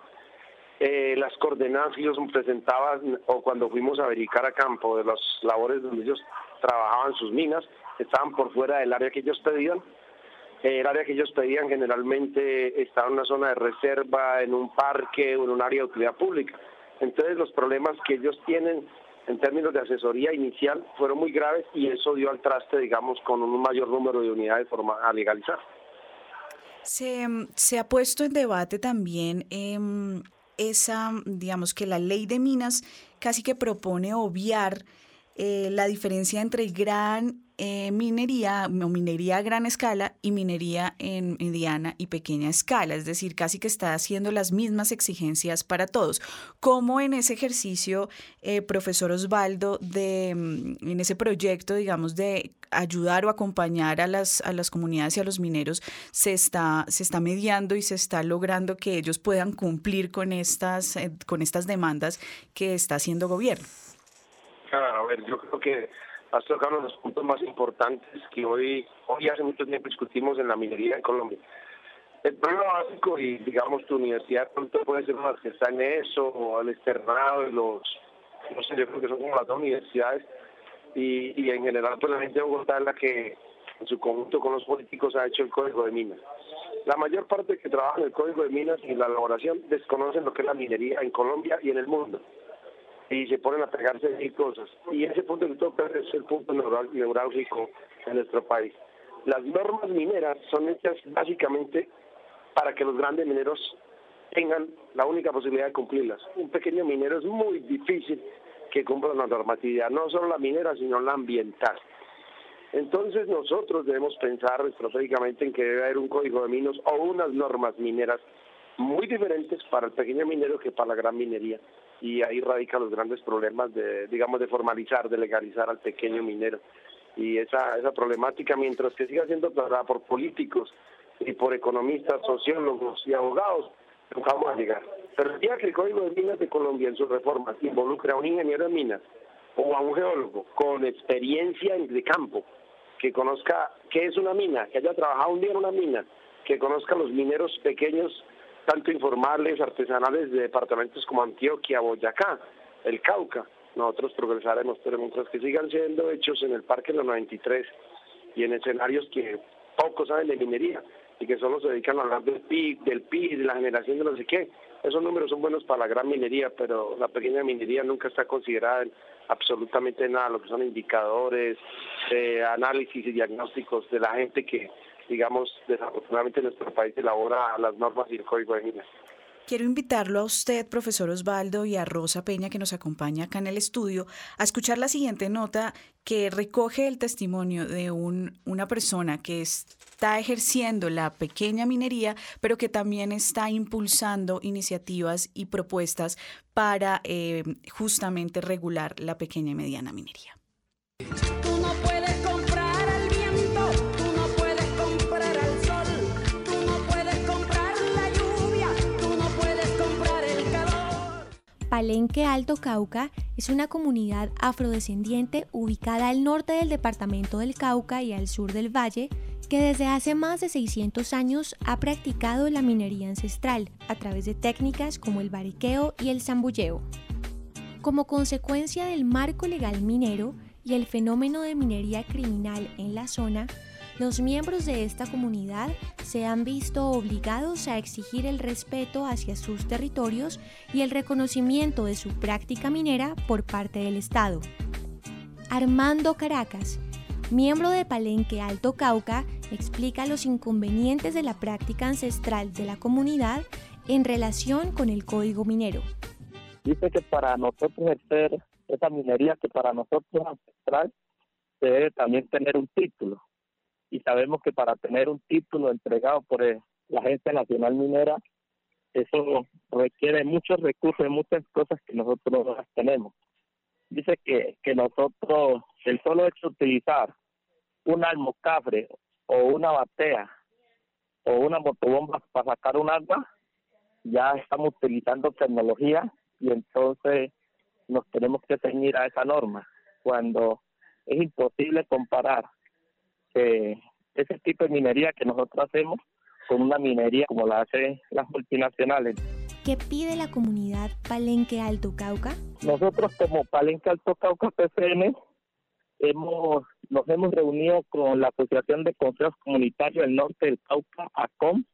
Eh, las coordenadas que ellos presentaban, o cuando fuimos a verificar a campo de las labores donde ellos trabajaban sus minas, estaban por fuera del área que ellos pedían. El área que ellos pedían generalmente estaba en una zona de reserva, en un parque o en un área de utilidad pública. Entonces los problemas que ellos tienen en términos de asesoría inicial fueron muy graves, y eso dio al traste, digamos, con un mayor número de unidades a legalizar. Se, se ha puesto en debate también eh, esa, digamos que la ley de minas casi que propone obviar eh, la diferencia entre gran eh, minería o minería a gran escala y minería en mediana y pequeña escala, es decir, casi que está haciendo las mismas exigencias para todos. ¿Cómo en ese ejercicio, eh, profesor Osvaldo, de, en ese proyecto, digamos, de ayudar o acompañar a las, a las comunidades y a los mineros, se está, se está mediando y se está logrando que ellos puedan cumplir con estas, eh, con estas demandas que está haciendo gobierno? Claro, a ver, yo creo que has tocado uno de los puntos más importantes que hoy, hoy hace mucho tiempo discutimos en la minería en Colombia. El problema básico, y digamos tu universidad pronto puede ser una que está en eso, o el externado, y los, no sé, yo creo que son como las dos universidades, y, y en general pues la gente de Bogotá es la que en su conjunto con los políticos ha hecho el Código de Minas. La mayor parte que trabaja en el Código de Minas y la elaboración desconocen lo que es la minería en Colombia y en el mundo, y se ponen a pegarse de cosas. Y ese punto que toca es el punto neurálgico en nuestro país. Las normas mineras son hechas básicamente para que los grandes mineros tengan la única posibilidad de cumplirlas. Un pequeño minero es muy difícil que cumpla la normatividad, no solo la minera, sino la ambiental. Entonces nosotros debemos pensar estratégicamente en que debe haber un código de minas o unas normas mineras muy diferentes para el pequeño minero que para la gran minería. Y ahí radican los grandes problemas de, digamos, de formalizar, de legalizar al pequeño minero. Y esa, esa problemática, mientras que siga siendo tratada por políticos y por economistas, sociólogos y abogados, nunca vamos a llegar. Pero el día que el Código de Minas de Colombia en sus reformas involucre a un ingeniero de minas o a un geólogo con experiencia de campo, que conozca qué es una mina, que haya trabajado un día en una mina, que conozca a los mineros pequeños, tanto informales, artesanales de departamentos como Antioquia, Boyacá, el Cauca, nosotros progresaremos, pero mientras que sigan siendo hechos en el Parque de los noventa y tres y en escenarios que pocos saben de minería y que solo se dedican a hablar del P I B, del P I B, de la generación de no sé qué, esos números son buenos para la gran minería, pero la pequeña minería nunca está considerada en absolutamente nada, lo que son indicadores, eh, análisis y diagnósticos de la gente que, digamos, desafortunadamente en nuestro país elabora las normas y el Código de Minas. Quiero invitarlo a usted, profesor Osvaldo, y a Rosa Peña, que nos acompaña acá en el estudio, a escuchar la siguiente nota que recoge el testimonio de un, una persona que está ejerciendo la pequeña minería, pero que también está impulsando iniciativas y propuestas para eh, justamente regular la pequeña y mediana minería. Tú no puedes comprar al viento, tú no puedes comprar al sol, tú no puedes comprar la lluvia, tú no puedes comprar el calor. Palenque Alto Cauca es una comunidad afrodescendiente ubicada al norte del departamento del Cauca y al sur del valle, que desde hace más de seiscientos años ha practicado la minería ancestral a través de técnicas como el bariqueo y el zambulleo. Como consecuencia del marco legal minero y el fenómeno de minería criminal en la zona, los miembros de esta comunidad se han visto obligados a exigir el respeto hacia sus territorios y el reconocimiento de su práctica minera por parte del Estado. Armando Caracas, miembro de Palenque Alto Cauca, explica los inconvenientes de la práctica ancestral de la comunidad en relación con el código minero. Dice que para nosotros ejercer esa minería, que para nosotros es ancestral, se debe también tener un título. Y sabemos que para tener un título entregado por el, la Agencia Nacional Minera, eso requiere muchos recursos y muchas cosas que nosotros no las tenemos. Dice que, que nosotros, el solo hecho de utilizar un almocafre o una batea o una motobomba para sacar un agua, ya estamos utilizando tecnología y entonces nos tenemos que ceñir a esa norma, cuando es imposible comparar eh, ese tipo de minería que nosotros hacemos con una minería como la hacen las multinacionales. ¿Qué pide la comunidad Palenque Alto Cauca? Nosotros como Palenque Alto Cauca P C N hemos, nos hemos reunido con la Asociación de Consejos Comunitarios del Norte del Cauca, A C O M,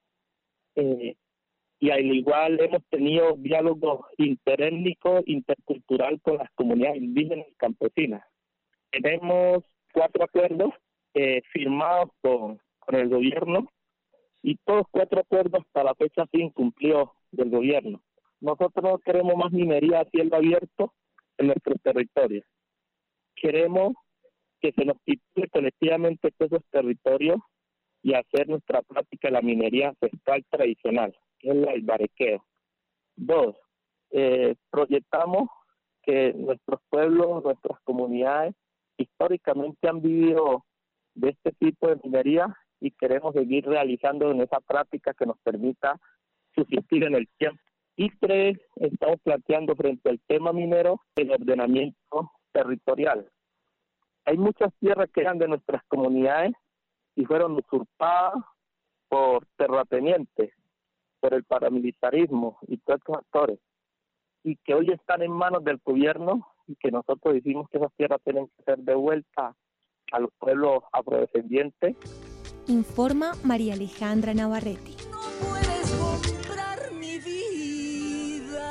eh, y al igual hemos tenido diálogo interétnico, intercultural con las comunidades indígenas y campesinas. Tenemos cuatro acuerdos eh, firmados con, con el gobierno y todos cuatro acuerdos hasta la fecha se incumplió del gobierno. Nosotros no queremos más minería a cielo abierto en nuestro territorio. queremos que se nos titule colectivamente todos esos territorios y hacer nuestra práctica de la minería ancestral tradicional, que es la del barequeo. Dos, eh, proyectamos que nuestros pueblos, nuestras comunidades, históricamente han vivido de este tipo de minería y queremos seguir realizando en esa práctica que nos permita subsistir en el tiempo. Y tres, estamos planteando frente al tema minero el ordenamiento territorial. Hay muchas tierras que eran de nuestras comunidades y fueron usurpadas por terratenientes, por el paramilitarismo y todos estos actores, y que hoy están en manos del gobierno y que nosotros decimos que esas tierras tienen que ser devueltas a los pueblos afrodescendientes. Informa María Alejandra Navarrete. Puedes comprar mi vida.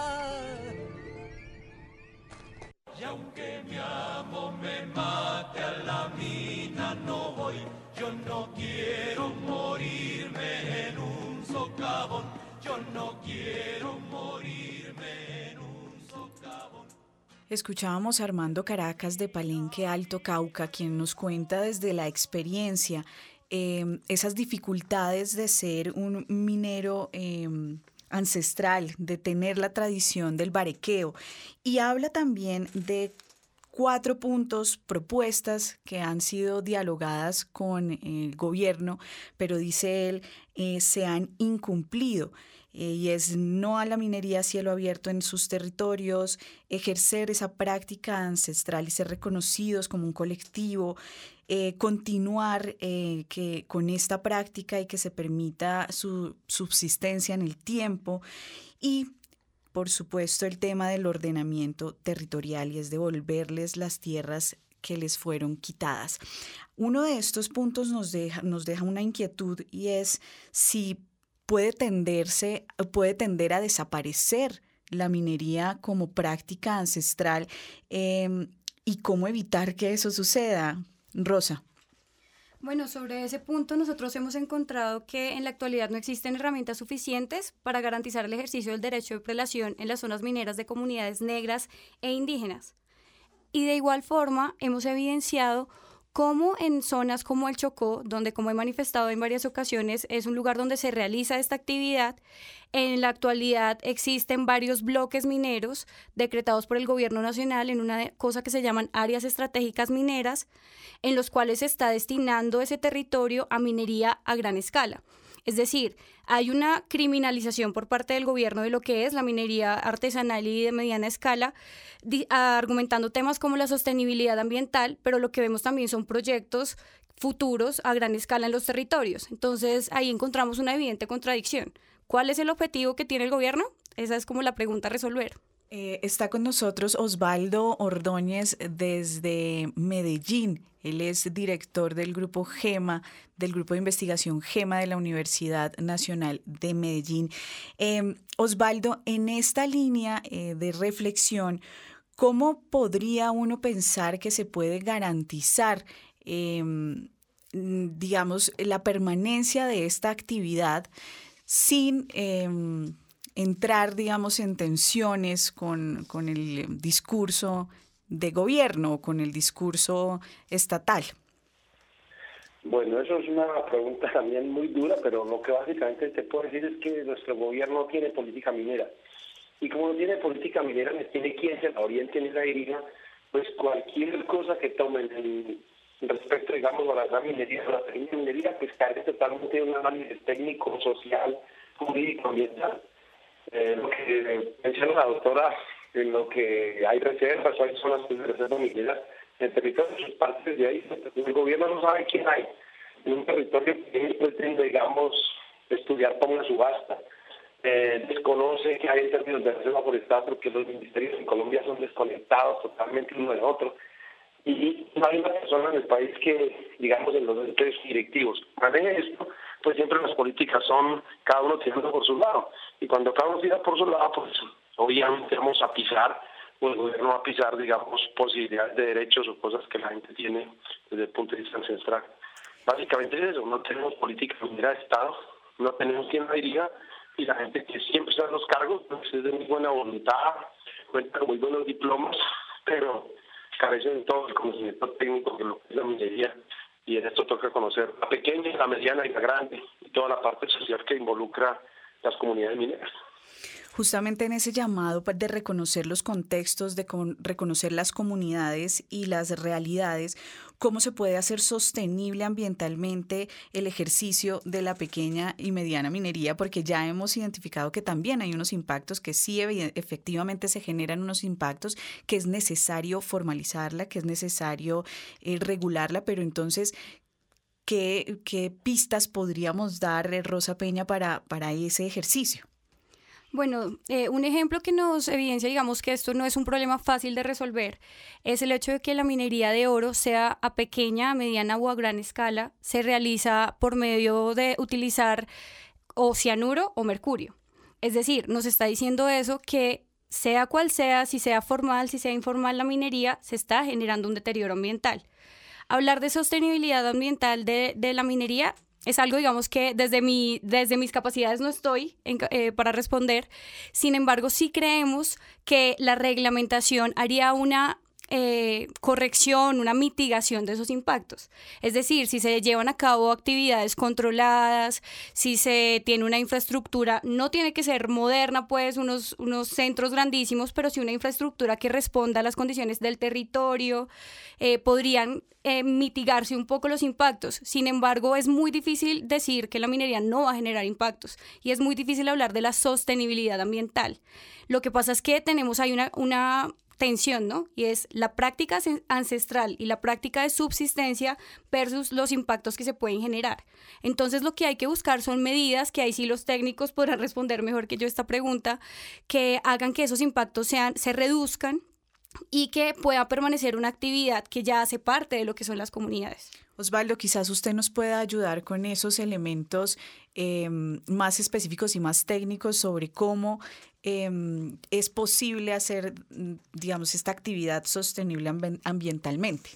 Y aunque mi amo me mate a la mina, no voy. Yo no quiero morirme en un socavón. Yo no quiero morirme en un socavón. Escuchábamos a Armando Caracas de Palenque, Alto Cauca, quien nos cuenta desde la experiencia eh, esas dificultades de ser un minero eh, ancestral, de tener la tradición del barequeo, y habla también de cuatro puntos, propuestas que han sido dialogadas con el gobierno, pero dice él, eh, se han incumplido. Eh, y es no a la minería a cielo abierto en sus territorios, ejercer esa práctica ancestral y ser reconocidos como un colectivo, eh, continuar eh, que, con esta práctica y que se permita su subsistencia en el tiempo, y por supuesto el tema del ordenamiento territorial, y es devolverles las tierras que les fueron quitadas. Uno de estos puntos nos deja, nos deja una inquietud, y es si puede tenderse, puede tender a desaparecer la minería como práctica ancestral eh, y cómo evitar que eso suceda. Rosa. Bueno, sobre ese punto nosotros hemos encontrado que en la actualidad no existen herramientas suficientes para garantizar el ejercicio del derecho de prelación en las zonas mineras de comunidades negras e indígenas. Y de igual forma hemos evidenciado cómo en zonas como el Chocó, donde, como he manifestado en varias ocasiones, es un lugar donde se realiza esta actividad, en la actualidad existen varios bloques mineros decretados por el gobierno nacional en una cosa que se llaman áreas estratégicas mineras, en los cuales se está destinando ese territorio a minería a gran escala. Es decir, hay una criminalización por parte del gobierno de lo que es la minería artesanal y de mediana escala, di- argumentando temas como la sostenibilidad ambiental, pero lo que vemos también son proyectos futuros a gran escala en los territorios. Entonces, ahí encontramos una evidente contradicción. ¿Cuál es el objetivo que tiene el gobierno? Esa es como la pregunta a resolver. Eh, está con nosotros Osvaldo Ordóñez desde Medellín. Él es director del grupo GEMA, del grupo de investigación GEMA de la Universidad Nacional de Medellín. Eh, Osvaldo, en esta línea eh, de reflexión, ¿cómo podría uno pensar que se puede garantizar, eh, digamos, la permanencia de esta actividad sin eh, entrar, digamos, en tensiones con, con el discurso de gobierno, con el discurso estatal? Bueno, eso es una pregunta también muy dura, pero lo que básicamente te puedo decir es que nuestro gobierno no tiene política minera. Y como no tiene política minera, no tiene quien se la oriente ni la dirija, pues cualquier cosa que tomen en respecto, digamos, a la minería, a la pequeña minería, pues carece totalmente de un análisis técnico, social, jurídico, ambiental. Eh, lo que menciona la doctora, en lo que hay reservas o hay zonas de reserva minera, en territorios sus partes de ahí, el gobierno no sabe quién hay. En un territorio que pretende, digamos, estudiar para una subasta. Eh, desconoce que hay en términos de reserva forestal porque los ministerios en Colombia son desconectados totalmente uno de otro. Y no hay una persona en el país que, digamos, en los entes directivos maneje esto, pues siempre las políticas son cada uno tirando por su lado. Y cuando cada uno tira por su lado, pues obviamente vamos a pisar, o el gobierno va a pisar, digamos, posibilidades de derechos o cosas que la gente tiene desde el punto de vista ancestral. Básicamente es eso, no tenemos política minera de Estado, no tenemos quien la diría, y la gente que siempre está en los cargos, pues es de muy buena voluntad, cuenta con muy buenos diplomas, pero carecen de todo el conocimiento técnico de lo que es la minería, y en esto toca conocer la pequeña, la mediana y la grande, y toda la parte social que involucra las comunidades mineras. Justamente en ese llamado de reconocer los contextos, de con, reconocer las comunidades y las realidades, ¿cómo se puede hacer sostenible ambientalmente el ejercicio de la pequeña y mediana minería? Porque ya hemos identificado que también hay unos impactos, que sí efectivamente se generan unos impactos, que es necesario formalizarla, que es necesario eh, regularla, pero entonces, ¿qué, qué pistas podríamos dar, Rosa Peña, para, para ese ejercicio? Bueno, eh, un ejemplo que nos evidencia, digamos, que esto no es un problema fácil de resolver, es el hecho de que la minería de oro, sea a pequeña, a mediana o a gran escala, se realiza por medio de utilizar o cianuro o mercurio. Es decir, nos está diciendo eso, que sea cual sea, si sea formal, si sea informal la minería, se está generando un deterioro ambiental. Hablar de sostenibilidad ambiental de, de la minería es algo, digamos, que desde, mi, desde mis capacidades no estoy en, eh, para responder. Sin embargo, sí creemos que la reglamentación haría una eh, corrección, una mitigación de esos impactos. Es decir, si se llevan a cabo actividades controladas, si se tiene una infraestructura, no tiene que ser moderna, pues, unos, unos centros grandísimos, pero sí una infraestructura que responda a las condiciones del territorio, eh, podrían Eh, mitigarse un poco los impactos. Sin embargo, es muy difícil decir que la minería no va a generar impactos y es muy difícil hablar de la sostenibilidad ambiental. Lo que pasa es que tenemos ahí una, una tensión, ¿no? Y es la práctica ancestral y la práctica de subsistencia versus los impactos que se pueden generar. Entonces, lo que hay que buscar son medidas, que ahí sí los técnicos podrán responder mejor que yo esta pregunta, que hagan que esos impactos sean, se reduzcan, y que pueda permanecer una actividad que ya hace parte de lo que son las comunidades. Osvaldo, quizás usted nos pueda ayudar con esos elementos eh, más específicos y más técnicos sobre cómo eh, es posible hacer, digamos, esta actividad sostenible amb- ambientalmente.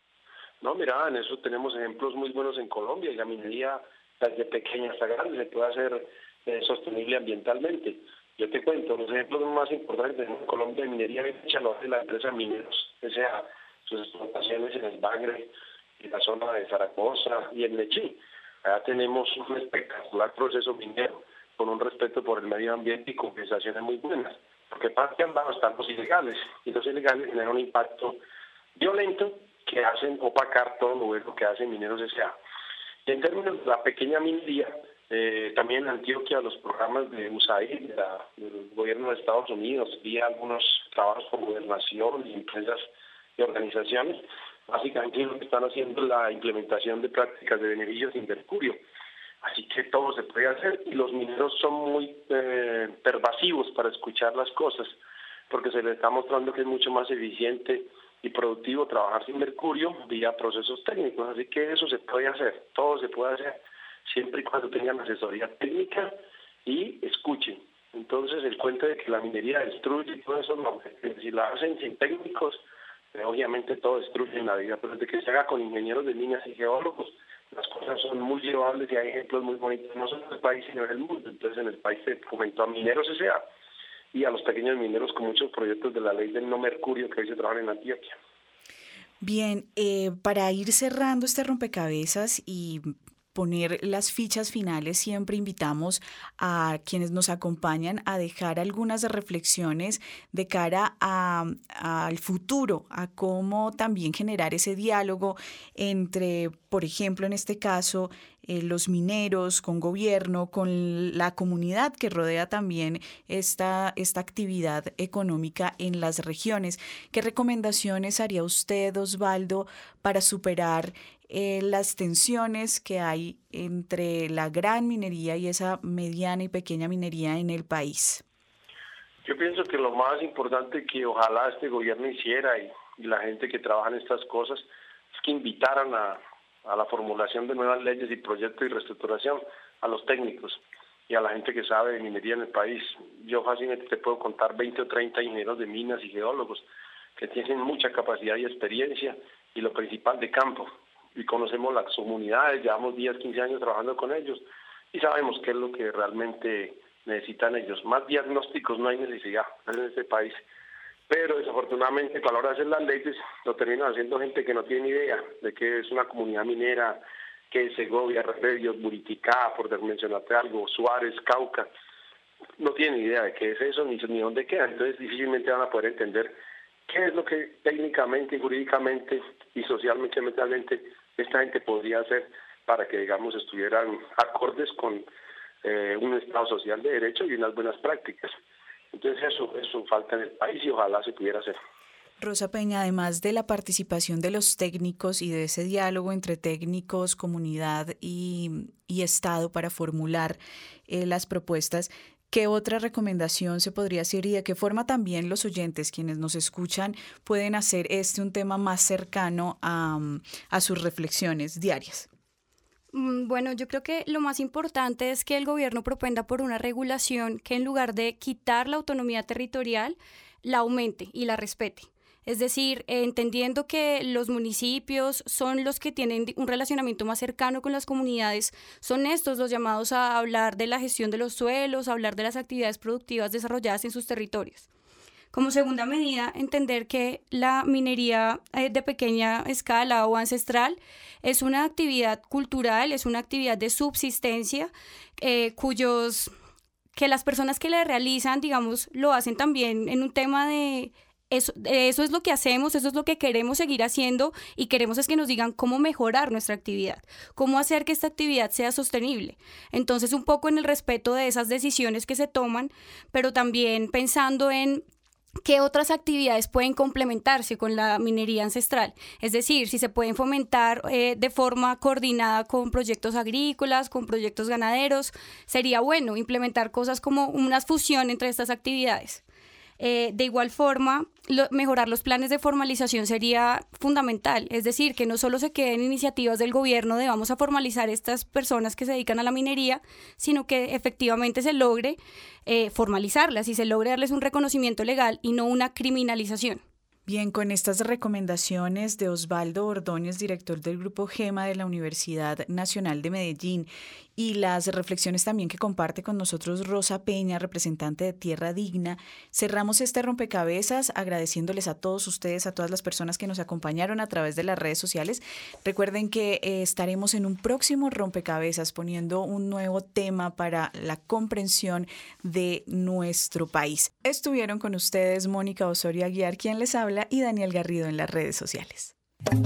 No, mira, en eso tenemos ejemplos muy buenos en Colombia, y la minería desde pequeña hasta grande se puede hacer eh, sostenible ambientalmente. Yo te cuento, los ejemplos más importantes en Colombia de minería hecha lo hace la empresa Mineros, o sea, sus explotaciones en el Bagre, en la zona de Zaragoza y en Lechí. Allá tenemos un espectacular proceso minero, con un respeto por el medio ambiente y compensaciones muy buenas. Porque para que han dado están los ilegales, y los ilegales generan un impacto violento que hacen opacar todo lo bueno que hacen Mineros S A. Y en términos de la pequeña minería, Eh, también en Antioquia los programas de U S A I D, de la, del gobierno de Estados Unidos, vía algunos trabajos con gobernación y empresas y organizaciones, básicamente lo que están haciendo es la implementación de prácticas de beneficios sin mercurio. Así que todo se puede hacer, y los mineros son muy eh, pervasivos para escuchar las cosas, porque se les está mostrando que es mucho más eficiente y productivo trabajar sin mercurio vía procesos técnicos. Así que eso se puede hacer, todo se puede hacer, siempre y cuando tengan asesoría técnica y escuchen. Entonces, el cuento de que la minería destruye y todo eso, no, si la hacen sin técnicos, eh, obviamente todo destruye en la vida, pero desde que se haga con ingenieros de minas y geólogos, las cosas son muy llevables y hay ejemplos muy bonitos, no solo en el país, sino en el mundo. Entonces, en el país se fomentó a Mineros S A y a los pequeños mineros con muchos proyectos de la ley del no mercurio que hoy se trabajan en Antioquia. Bien, eh, para ir cerrando este rompecabezas y poner las fichas finales, siempre invitamos a quienes nos acompañan a dejar algunas reflexiones de cara a, a, al futuro, a cómo también generar ese diálogo entre, por ejemplo, en este caso, eh, los mineros con gobierno, con la comunidad que rodea también esta, esta actividad económica en las regiones. ¿Qué recomendaciones haría usted, Osvaldo, para superar Eh, las tensiones que hay entre la gran minería y esa mediana y pequeña minería en el país? Yo pienso que lo más importante que ojalá este gobierno hiciera y, y la gente que trabaja en estas cosas es que invitaran a, a la formulación de nuevas leyes y proyectos y reestructuración a los técnicos y a la gente que sabe de minería en el país. Yo fácilmente te puedo contar veinte o treinta ingenieros de minas y geólogos que tienen mucha capacidad y experiencia, y lo principal, de campo. Y conocemos las comunidades, llevamos diez, quince años trabajando con ellos y sabemos qué es lo que realmente necesitan ellos. Más diagnósticos no hay necesidad en este país. pero desafortunadamente a la hora de hacer las leyes lo terminan haciendo gente que no tiene idea de qué es una comunidad minera, que es Segovia, Remedios, Buriticá, por mencionarte algo, Suárez, Cauca, no tienen idea de qué es eso ni, ni dónde queda, entonces difícilmente van a poder entender qué es lo que técnicamente, jurídicamente y socialmente, mentalmente esta gente podría hacer para que, digamos, estuvieran acordes con eh, un Estado social de derecho y unas buenas prácticas. Entonces eso, eso falta en el país y ojalá se pudiera hacer. Rosa Peña, además de la participación de los técnicos y de ese diálogo entre técnicos, comunidad y, y Estado para formular eh, las propuestas, ¿qué otra recomendación se podría hacer y de qué forma también los oyentes, quienes nos escuchan, pueden hacer este un tema más cercano a, a sus reflexiones diarias? Bueno, yo creo que lo más importante es que el gobierno propenda por una regulación que en lugar de quitar la autonomía territorial, la aumente y la respete. Es decir, entendiendo que los municipios son los que tienen un relacionamiento más cercano con las comunidades, son estos los llamados a hablar de la gestión de los suelos, a hablar de las actividades productivas desarrolladas en sus territorios. Como segunda medida, entender que la minería eh, de pequeña escala o ancestral es una actividad cultural, es una actividad de subsistencia, eh, cuyos, que las personas que la realizan, digamos, lo hacen también en un tema de eso, eso es lo que hacemos, eso es lo que queremos seguir haciendo y queremos es que nos digan cómo mejorar nuestra actividad, cómo hacer que esta actividad sea sostenible. Entonces, un poco en el respeto de esas decisiones que se toman, pero también pensando en ¿qué otras actividades pueden complementarse con la minería ancestral? Es decir, si se pueden fomentar eh, de forma coordinada con proyectos agrícolas, con proyectos ganaderos, sería bueno implementar cosas como una fusión entre estas actividades. Eh, de igual forma, lo, mejorar los planes de formalización sería fundamental, es decir, que no solo se queden iniciativas del gobierno de vamos a formalizar estas personas que se dedican a la minería, sino que efectivamente se logre eh, formalizarlas y se logre darles un reconocimiento legal y no una criminalización. Bien, con estas recomendaciones de Osvaldo Ordóñez, director del Grupo GEMA de la Universidad Nacional de Medellín, y las reflexiones también que comparte con nosotros Rosa Peña, representante de Tierra Digna, cerramos este rompecabezas agradeciéndoles a todos ustedes, a todas las personas que nos acompañaron a través de las redes sociales. Recuerden que eh, estaremos en un próximo rompecabezas poniendo un nuevo tema para la comprensión de nuestro país. Estuvieron con ustedes Mónica Osorio Aguiar, quien les habla, y Daniel Garrido en las redes sociales.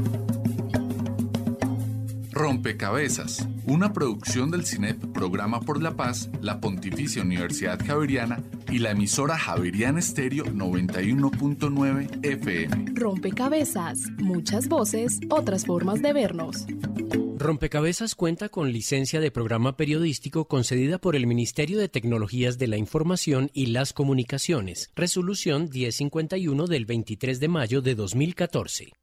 Rompecabezas, una producción del CINEP Programa por la Paz, la Pontificia Universidad Javeriana y la emisora Javeriana Estéreo noventa y uno punto nueve F M. Rompecabezas, muchas voces, otras formas de vernos. Rompecabezas cuenta con licencia de programa periodístico concedida por el Ministerio de Tecnologías de la Información y las Comunicaciones. Resolución diez cincuenta y uno del veintitrés de mayo de dos mil catorce.